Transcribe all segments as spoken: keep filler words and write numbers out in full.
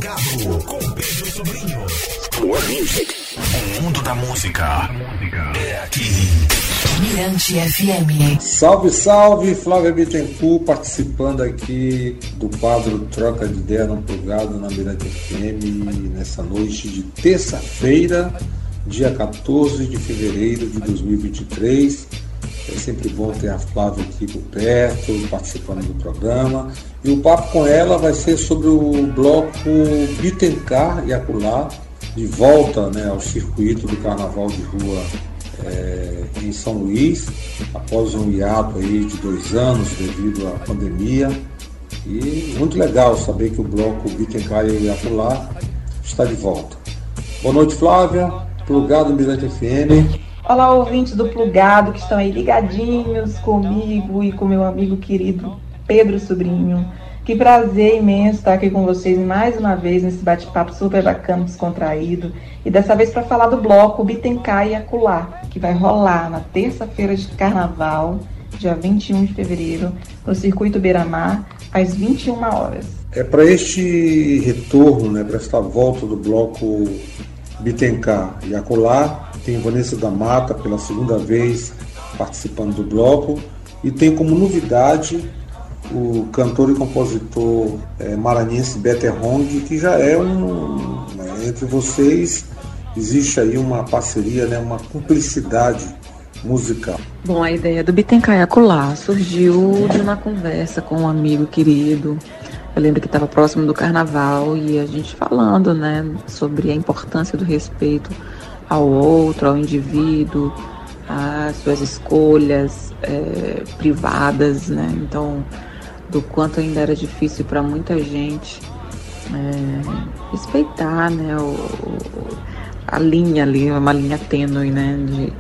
Plugado com Pedro Sobrinho. More music. O mundo da música é aqui. Mirante F M. Salve, salve, Flávio Bittencourt participando aqui do quadro Troca de Ideia no Plugado na Mirante F M nessa noite de terça-feira, dia quatorze de fevereiro de dois mil e vinte e três. É sempre bom ter a Flávia aqui por perto, participando do programa. E o papo com ela vai ser sobre o bloco Bittencar e Acolá, de volta, né, ao circuito do Carnaval de Rua é, em São Luís, após um hiato aí de dois anos devido à pandemia. E muito legal saber que o bloco Bittencar e Acolá está de volta. Boa noite, Flávia. Plugado Mirante F M. Olá, ouvintes do Plugado que estão aí ligadinhos comigo e com meu amigo querido Pedro Sobrinho. Que prazer imenso estar aqui com vocês mais uma vez nesse bate-papo super bacana, descontraído. E dessa vez para falar do bloco Bittencar e Acolá, que vai rolar na terça-feira de Carnaval, dia vinte e um de fevereiro, no Circuito Beira-Mar, às vinte e uma horas. É para este retorno, né, para esta volta do bloco Bittencar e Acolá, tem Vanessa da Mata pela segunda vez participando do bloco e tem como novidade o cantor e compositor é, maranhense Better Hong, que já é um, né, entre vocês existe aí uma parceria, né, uma cumplicidade musical. Bom, a ideia do Bittencar e Acolá surgiu de uma conversa com um amigo querido. Eu lembro que estava próximo do Carnaval e a gente falando, né, sobre a importância do respeito ao outro, ao indivíduo, às suas escolhas é, privadas, né? Então, do quanto ainda era difícil para muita gente é, respeitar, né, o, a linha ali, uma linha tênue, né, de,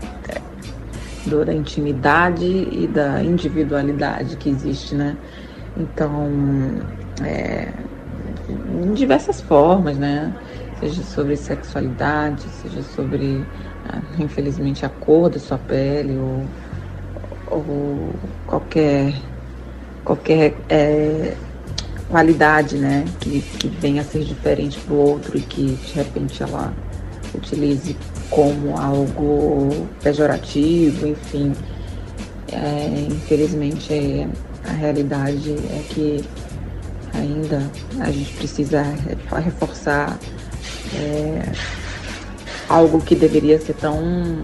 é, da intimidade e da individualidade que existe, né? Então, é, em diversas formas, né? Seja sobre sexualidade, seja sobre, infelizmente, a cor da sua pele ou, ou qualquer, qualquer é, qualidade, né, que, que venha a ser diferente para o outro e que, de repente, ela utilize como algo pejorativo, enfim. É, infelizmente, é, a realidade é que ainda a gente precisa reforçar É, algo que deveria ser tão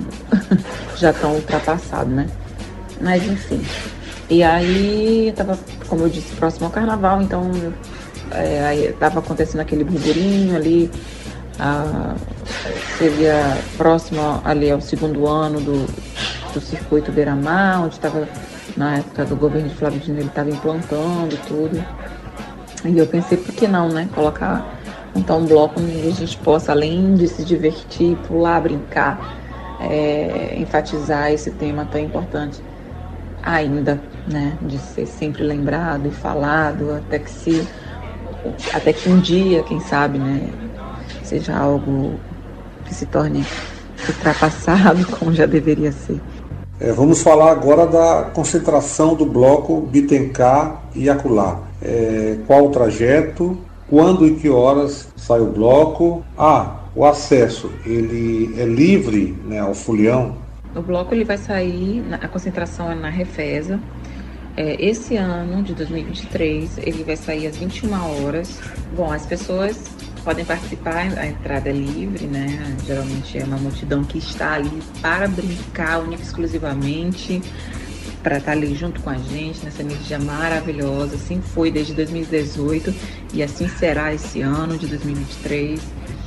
já tão ultrapassado, né? Mas enfim. E aí tava, como eu disse, próximo ao Carnaval, então é, aí tava acontecendo aquele burburinho ali, a, seria próximo ali ao segundo ano do, do circuito Beira-Mar, onde estava na época do governo de Flávio Dino, ele estava implantando tudo. E eu pensei, por que não, né? Colocar montar um bloco onde a gente possa, além de se divertir, pular, brincar, é, enfatizar esse tema tão importante ainda, né, de ser sempre lembrado e falado, até que se, até que um dia, quem sabe, né, seja algo que se torne ultrapassado como já deveria ser. É, vamos falar agora da concentração do bloco Bittencar e Acolá. É, qual o trajeto? Quando e que horas sai o bloco? Ah, o acesso, ele é livre, né, ao folião? O bloco ele vai sair, a concentração é na Refesa. É, esse ano, de dois mil e vinte e três, ele vai sair às vinte e uma horas. Bom, as pessoas podem participar, a entrada é livre, né? Geralmente é uma multidão que está ali para brincar, única e exclusivamente, para estar ali junto com a gente nessa energia maravilhosa. Assim foi desde dois mil e dezoito e assim será esse ano de dois mil e vinte e três.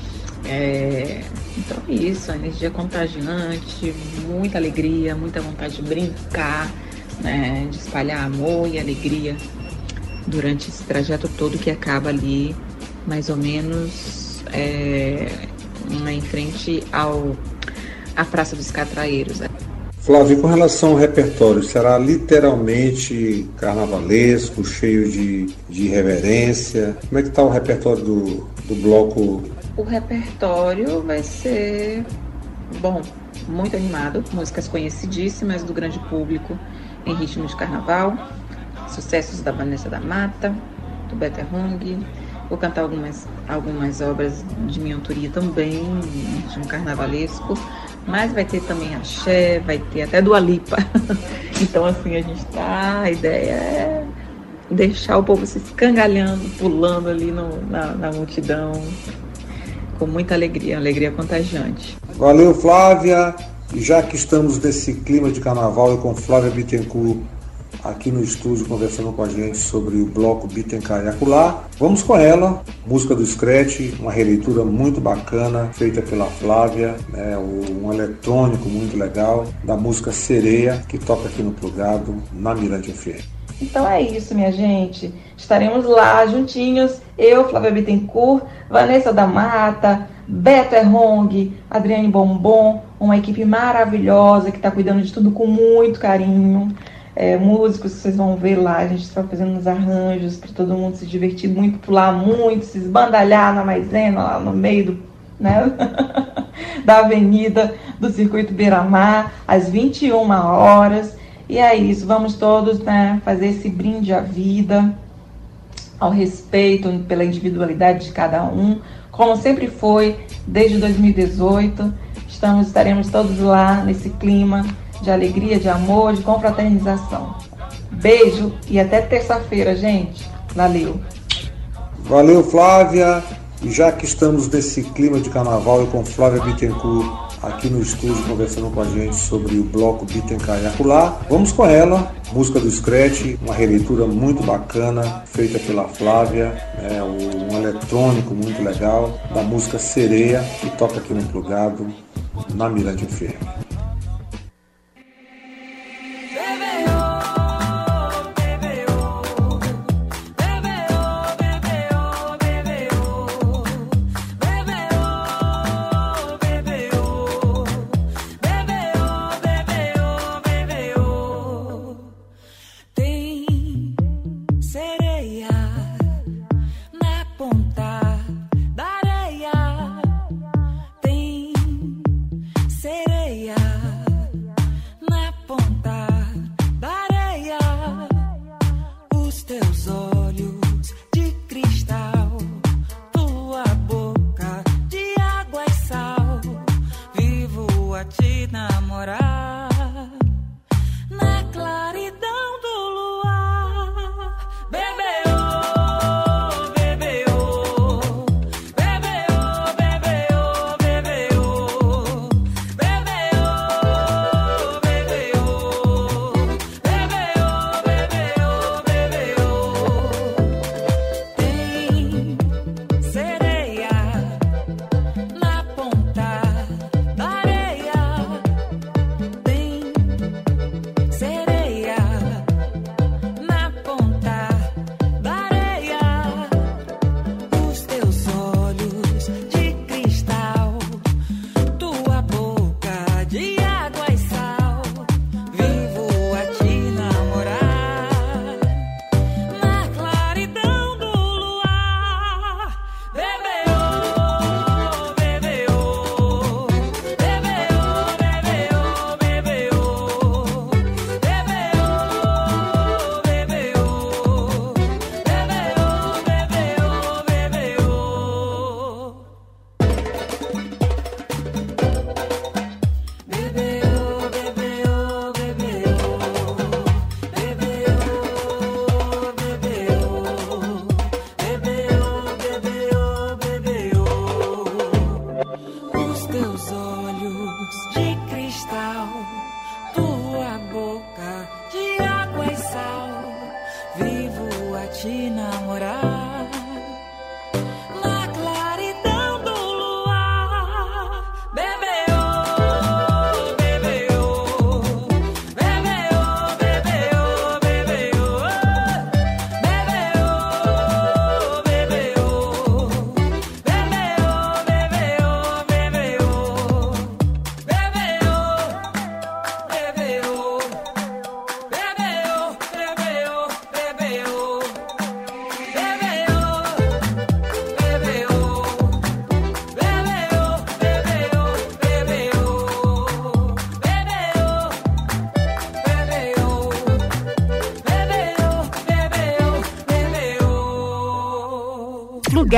É, então é isso, a energia contagiante, muita alegria, muita vontade de brincar, né, de espalhar amor e alegria durante esse trajeto todo que acaba ali mais ou menos é, em frente ao, à Praça dos Catraeiros. Flávio, com relação ao repertório, será literalmente carnavalesco, cheio de, de irreverência? Como é que está o repertório do, do bloco? O repertório vai ser, bom, muito animado, músicas conhecidíssimas do grande público em ritmo de carnaval, sucessos da Vanessa da Mata, do Better Hong, Vou cantar algumas, algumas obras de minha autoria também, de um carnavalesco, mas vai ter também axé, vai ter até Dua Lipa. Então, assim, a gente tá, a ideia é deixar o povo se escangalhando, pulando ali no, na, na multidão, com muita alegria, alegria contagiante. Valeu, Flávia. E já que estamos nesse clima de carnaval e com Flávia Bittencourt aqui no estúdio conversando com a gente sobre o bloco Bittencaiaculá, vamos com ela, música do Scratch, uma releitura muito bacana feita pela Flávia, né, um eletrônico muito legal da música Sereia, que toca aqui no Plugado, na Mirante F M. Então é isso, minha gente. Estaremos lá juntinhos, eu, Flávia Bittencourt, Vanessa da Mata, Beto Errong, Adriane Bombom, uma equipe maravilhosa que está cuidando de tudo com muito carinho. É, músicos que vocês vão ver lá, a gente está fazendo uns arranjos para todo mundo se divertir muito, pular muito, se esbandalhar na maisena, lá no meio do, né, da avenida do Circuito Beira-Mar, às vinte e uma horas. E é isso, vamos todos, né, fazer esse brinde à vida, ao respeito pela individualidade de cada um, como sempre foi desde dois mil e dezoito. Estamos, estaremos todos lá nesse clima de alegria, de amor, de confraternização. Beijo e até terça-feira, gente. Valeu. Valeu, Flávia. E já que estamos nesse clima de carnaval e com Flávia Bittencourt aqui no estúdio conversando com a gente sobre o bloco Bittencaiaculá, vamos com ela, música do Scratch, uma releitura muito bacana feita pela Flávia, né, um eletrônico muito legal da música Sereia, que toca aqui no Plugado, na Mirante F M. Sereia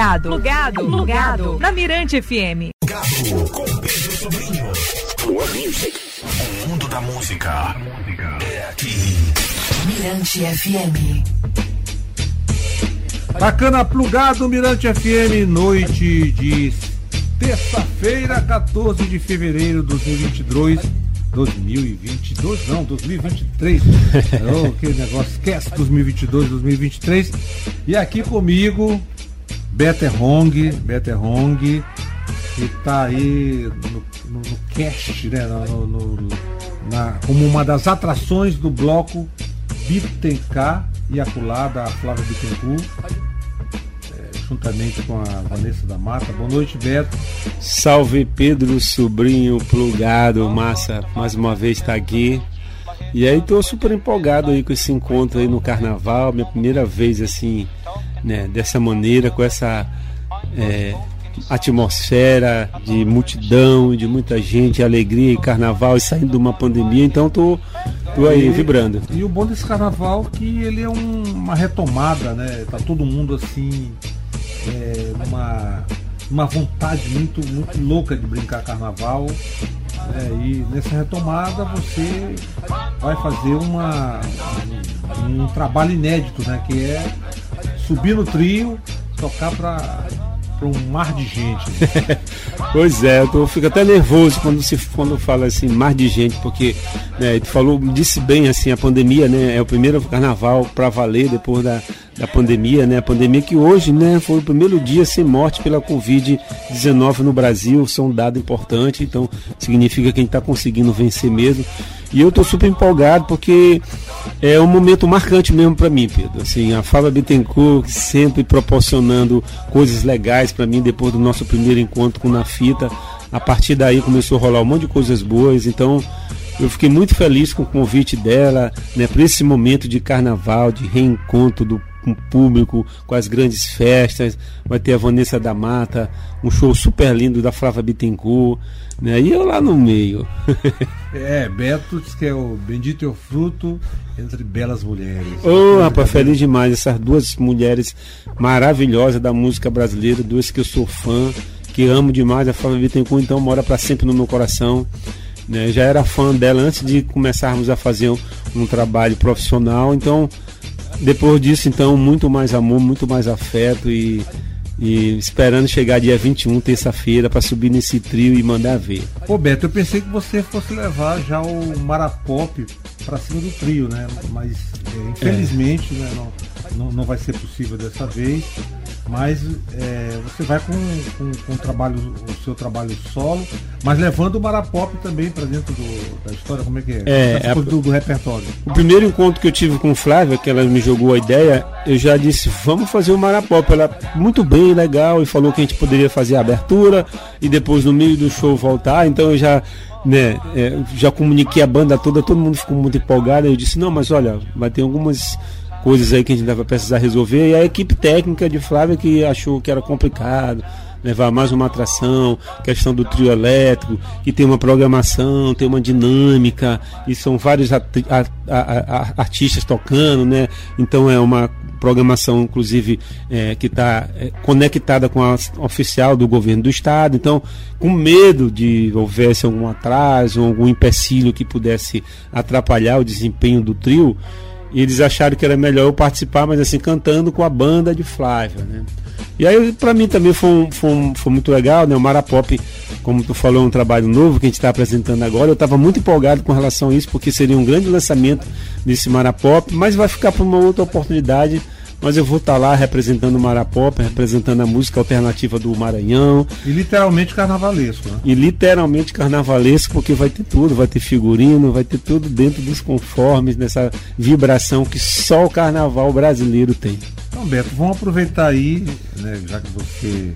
Plugado, plugado, plugado na Mirante F M. Plugado com Pedro Sobrinho. More Music. O mundo da música é aqui. Mirante F M. Bacana, Plugado, Mirante F M, noite de terça-feira, quatorze de fevereiro de dois mil e vinte e dois. dois mil e vinte e dois, não, dois mil e vinte e três. Oh, que negócio, esquece dois mil e vinte e dois, dois mil e vinte e três. E aqui comigo, Better Hong, Better Hong, que tá aí no, no, no cast, né, no, no, na, como uma das atrações do bloco Bittencar e Acolá, da Flávia Bittencourt, é, juntamente com a Vanessa da Mata. Boa noite, Beto. Salve, Pedro Sobrinho, Plugado, massa, mais uma vez está aqui. E aí tô super empolgado aí com esse encontro aí no Carnaval, minha primeira vez assim, né, dessa maneira, com essa é, atmosfera de multidão, de muita gente, alegria e Carnaval, e saindo de uma pandemia, então tô, tô aí e, vibrando. E o bom desse Carnaval é que ele é um, uma retomada, né? Tá todo mundo assim, é, numa, uma vontade muito, muito louca de brincar Carnaval. É, e nessa retomada você vai fazer uma, um, um trabalho inédito, né? Que é subir no trio, tocar para um mar de gente. Pois é, eu tô, fico até nervoso quando se quando fala assim, mar de gente, porque, né, tu falou, disse bem assim, a pandemia, né, é o primeiro Carnaval para valer depois da, da pandemia, né, a pandemia que hoje, né, foi o primeiro dia sem morte pela covid dezenove no Brasil, isso é um dado importante, então significa que a gente está conseguindo vencer mesmo. E eu tô super empolgado porque é um momento marcante mesmo para mim, Pedro. Assim, a Flávia Bittencourt sempre proporcionando coisas legais para mim depois do nosso primeiro encontro com Na Fita. A partir daí começou a rolar um monte de coisas boas. Então eu fiquei muito feliz com o convite dela, né, para esse momento de carnaval, de reencontro do com o público, com as grandes festas. Vai ter a Vanessa da Mata, um show super lindo da Flávia Bittencourt, né? E eu lá no meio. É, Beto diz que é o bendito é o fruto entre belas mulheres. Ô, oh, rapaz, feliz demais. Essas duas mulheres maravilhosas da música brasileira, duas que eu sou fã, que amo demais. A Flávia Bittencourt, então, mora para sempre no meu coração. Né? Já era fã dela antes de começarmos a fazer um, um trabalho profissional, então depois disso, então, muito mais amor, muito mais afeto e, e esperando chegar dia vinte e um, terça-feira, para subir nesse trio e mandar ver. Pô, Beto, eu pensei que você fosse levar já o Marapop para cima do trio, né? Mas, é, infelizmente, é. Né, não, não, não vai ser possível dessa vez. Mas é, você vai com, com, com o, trabalho, o seu trabalho solo, mas levando o Marapop também para dentro do, da história, como é que é? É, é do, do repertório. O primeiro encontro que eu tive com Flávia, que ela me jogou a ideia, eu já disse, vamos fazer o Marapop. Ela, muito bem, legal, e falou que a gente poderia fazer a abertura e depois no meio do show voltar, então eu já... Né, é, já comuniquei a banda toda, todo mundo ficou muito empolgado. Eu disse, não, mas olha, vai ter algumas coisas aí que a gente vai precisar resolver. E a equipe técnica de Flávia que achou que era complicado levar mais uma atração, questão do trio elétrico, que tem uma programação, tem uma dinâmica, e são vários ati- a, a, a, artistas tocando, né? Então é uma programação, inclusive, é, que está é, conectada com a oficial do governo do estado. Então, com medo de houvesse algum atraso, algum empecilho que pudesse atrapalhar o desempenho do trio, eles acharam que era melhor eu participar, mas assim, cantando com a banda de Flávia, né? E aí, para mim também foi, um, foi, um, foi muito legal, né? O Marapop, como tu falou, é um trabalho novo que a gente está apresentando agora. Eu estava muito empolgado com relação a isso, porque seria um grande lançamento desse Marapop, mas vai ficar para uma outra oportunidade. Mas eu vou estar tá lá representando o Marapop, representando a música alternativa do Maranhão. E literalmente carnavalesco, né? E literalmente carnavalesco, porque vai ter tudo, vai ter figurino, vai ter tudo dentro dos conformes, nessa vibração que só o carnaval brasileiro tem. Então, Beto, vamos aproveitar aí, né, já que você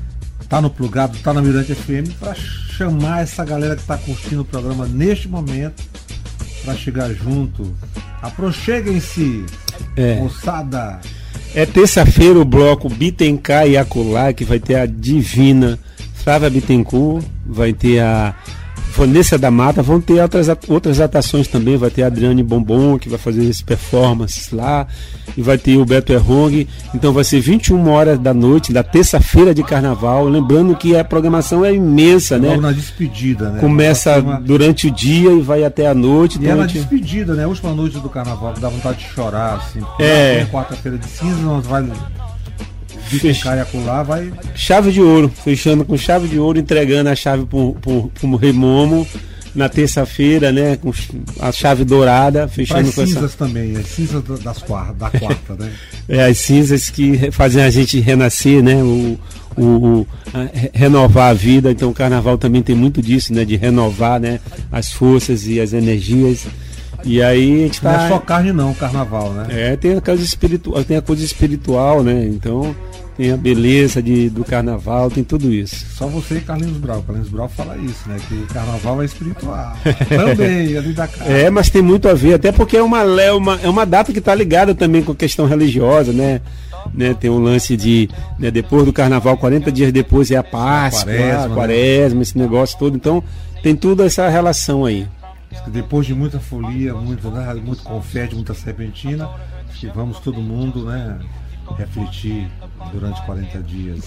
tá no Plugado, tá na Mirante F M, para chamar essa galera que está curtindo o programa neste momento para chegar junto. Aproxeguem-se, é. Moçada. É terça-feira o bloco Bittencar e Acolá, que vai ter a divina Flávia Bittencourt, vai ter a Vanessa da Mata, vão ter outras, outras atrações também, vai ter a Adriane Bombom, que vai fazer esse performances lá, e vai ter o Beto Errong, então vai ser vinte e uma horas da noite, da terça-feira de carnaval, lembrando que a programação é imensa, né? Logo na despedida, né? Começa uma... durante o dia e vai até a noite. E então é na gente... despedida, né? A última noite do carnaval, que dá vontade de chorar, assim. É. Quarta-feira de cinza, nós vai... Fechar e acular, vai... Chave de ouro, fechando com chave de ouro, entregando a chave pro, pro, pro Rei Momo na terça-feira, né? Com a chave dourada, fechando com cinzas essa... também, as cinzas das quarta, da quarta, né? É, as cinzas que fazem a gente renascer, né? O, o, o a, renovar a vida. Então o carnaval também tem muito disso, né? De renovar, né? As forças e as energias. E aí a gente tá... Não é só carne não, carnaval, né? É, tem a coisa espiritual, tem a coisa espiritual, né? Então tem a beleza de, do carnaval, tem tudo isso. Só você e Carlinhos Brau. Carlinhos Brau fala isso, né? Que carnaval é espiritual. Também, ali da casa. É, mas tem muito a ver, até porque é uma, é uma, é uma data que está ligada também com a questão religiosa, né? Né, tem um lance de, né, depois do carnaval, quarenta dias depois é a Páscoa, quaresma, a quaresma, né? Esse negócio todo. Então tem toda essa relação aí. Depois de muita folia, muito, né, muito confete, muita serpentina, acho que vamos todo mundo, né, refletir durante quarenta dias.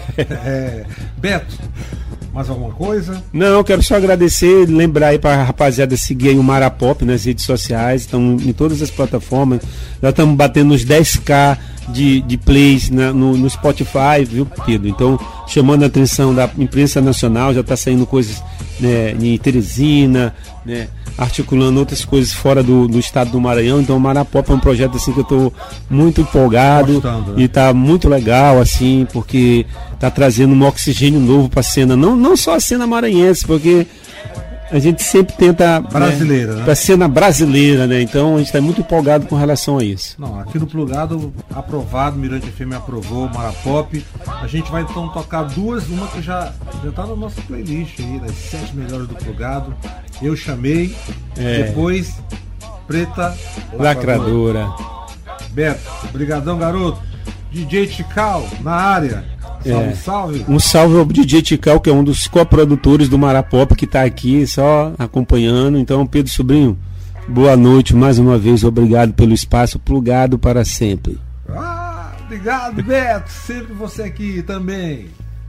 é, Beto, mais alguma coisa? Não, quero só agradecer, lembrar aí para a rapaziada seguir aí o Marapop nas redes sociais, estão em todas as plataformas, já estamos batendo os dez mil de, de plays na, no, no Spotify, viu, Pedro? Então, chamando a atenção da imprensa nacional, já está saindo coisas, né, em Teresina, né, articulando outras coisas fora do, do estado do Maranhão. Então o Marapop é um projeto assim que eu estou muito empolgado. Gostando, né? E está muito legal, assim, porque está trazendo um oxigênio novo para a cena, não, não só a cena maranhense, porque a gente sempre tenta brasileira, né, né? Para a cena brasileira, né? Então a gente está muito empolgado com relação a isso. Não, aqui no Plugado, aprovado, Mirante F M aprovou, Marapop. A gente vai então tocar duas, uma que já já está na nossa playlist aí, das sete melhores do Plugado. Eu chamei, é. Depois Preta Lacradora. Lacradora. Beto, brigadão, garoto. D J Tical na área. Salve, é. salve. Um salve ao D J Tical, que é um dos coprodutores do Marapop, que está aqui só acompanhando. Então, Pedro Sobrinho, boa noite mais uma vez, obrigado pelo espaço, Plugado para sempre. Ah, obrigado, Beto, sempre você aqui também.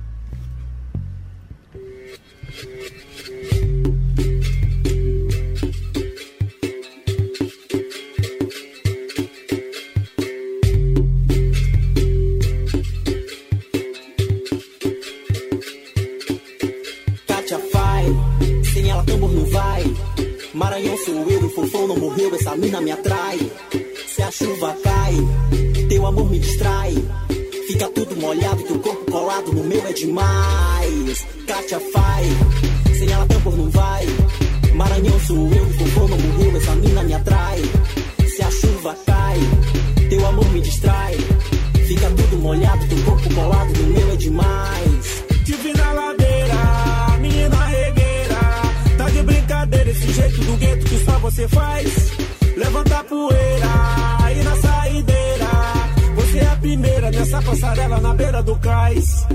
Maranhão sou eu, o fofão não morreu, essa mina me atrai. Se a chuva cai, teu amor me distrai. Fica tudo molhado, teu corpo colado no meu é demais. Kátia faz, sem ela tampor não vai. Maranhão sou eu, o fofão não morreu, essa mina me atrai. Se a chuva cai, teu amor me distrai. Fica tudo molhado, teu corpo colado no meu é demais. Te vi na ladeira, menina regueira. Tá de brincadeira esse jeito do gueto que só você faz. Levanta a poeira aí na saideira. Você é a primeira nessa passarela na beira do cais.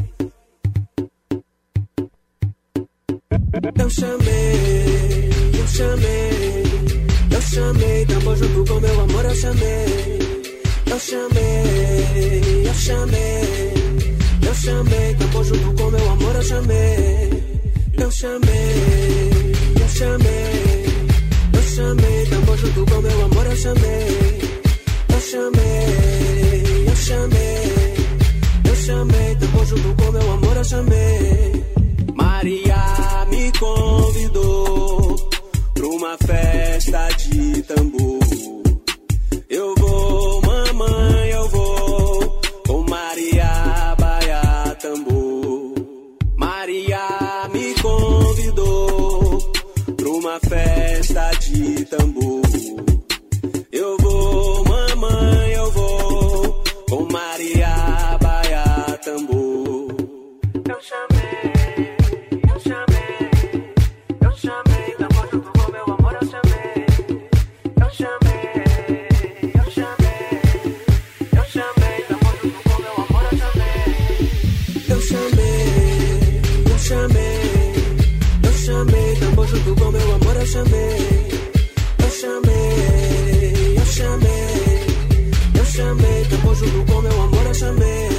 Eu chamei, eu chamei, eu chamei, tambor junto com meu amor, eu chamei. Eu chamei, eu chamei, eu chamei, tambor junto com meu amor, eu chamei. Eu chamei, eu chamei, eu chamei, tambor junto com meu amor, eu chamei. Eu chamei, eu chamei, eu chamei, tambor junto com meu amor, eu chamei. Maria me convidou pra uma festa de tambor. Eu vou, mamãe, eu vou, com Maria, baia, tambor. Maria me convidou pra uma festa de tambor. Eu vou, mamãe, eu vou, com Maria, baia, tambor. Eu chamei, eu chamei, eu chamei, tambor junto com meu amor, eu chamei. Eu chamei, eu chamei, eu chamei, tambor junto com meu amor, eu chamei. Eu chamei, eu chamei, eu chamei, junto com meu amor eu chamei. Eu chamei, eu chamei, eu chamei. Tambor junto com meu amor eu chamei.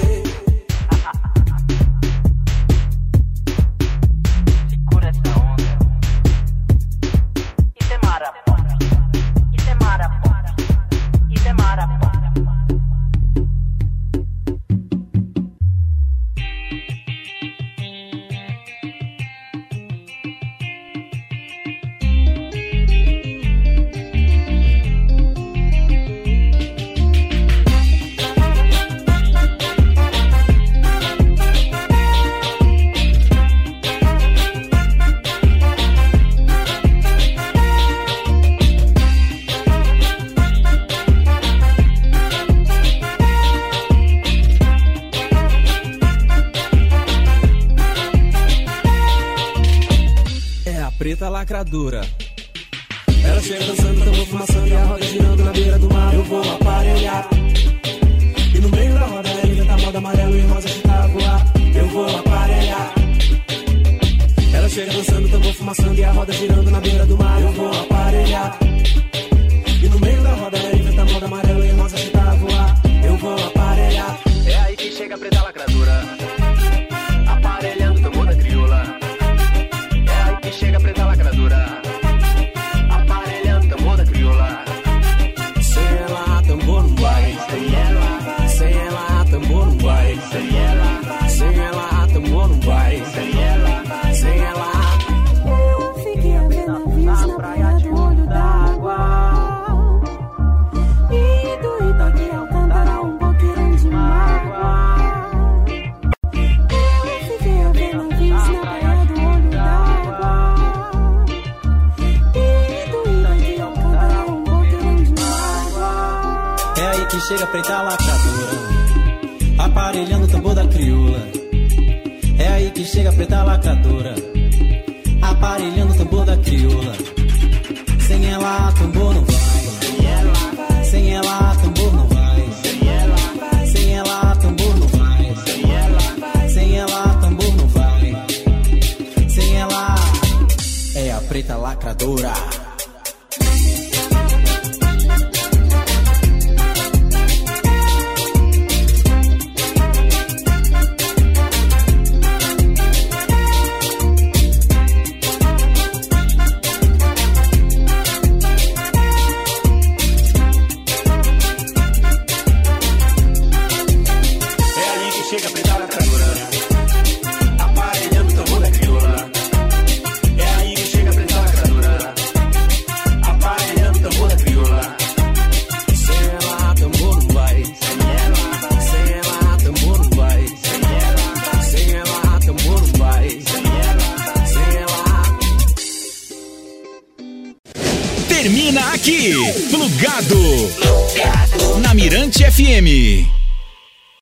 Lacradora. Ela chega dançando, tambor fumaçando e a roda girando na beira do mar. Eu vou aparelhar. E no meio da roda ela inventa moda amarelo e rosa que tá a voar. Eu vou aparelhar. Ela chega dançando, tambor fumaçando e a roda girando na beira do mar. Eu vou aparelhar. E no meio da roda ela inventa moda amarelo e rosa que tá a voar. Eu vou aparelhar. É aí que chega a preta lacradora, aparelhando o tambor da crioula. É aí que chega a preta lacradora, aparelhando o tambor da crioula. Sem ela, tambor não vai. Sem ela, Sem ela, tambor não vai. sem ela, Sem ela, tambor não vai. sem ela, Sem ela. Eu fiquei a ver navios na praia do olho d'água. E do Itaquí ao Cantará um boqueirão de mágoa. Eu fiquei a ver navios na praia do olho d'água. E do Itaquí ao Cantará um boqueirão de mágoa. É aí que chega a preta lacradora, aparelhando o tambor da crioula. É aí que chega a preta lacradora, aparelhando o tambor da crioula. Sem ela, tambor não vai. Sem ela, tambor não vai. Sem ela, tambor não vai. Sem ela, tambor não vai. Sem ela, é a preta lacradora. Termina aqui, Plugado, na Mirante F M.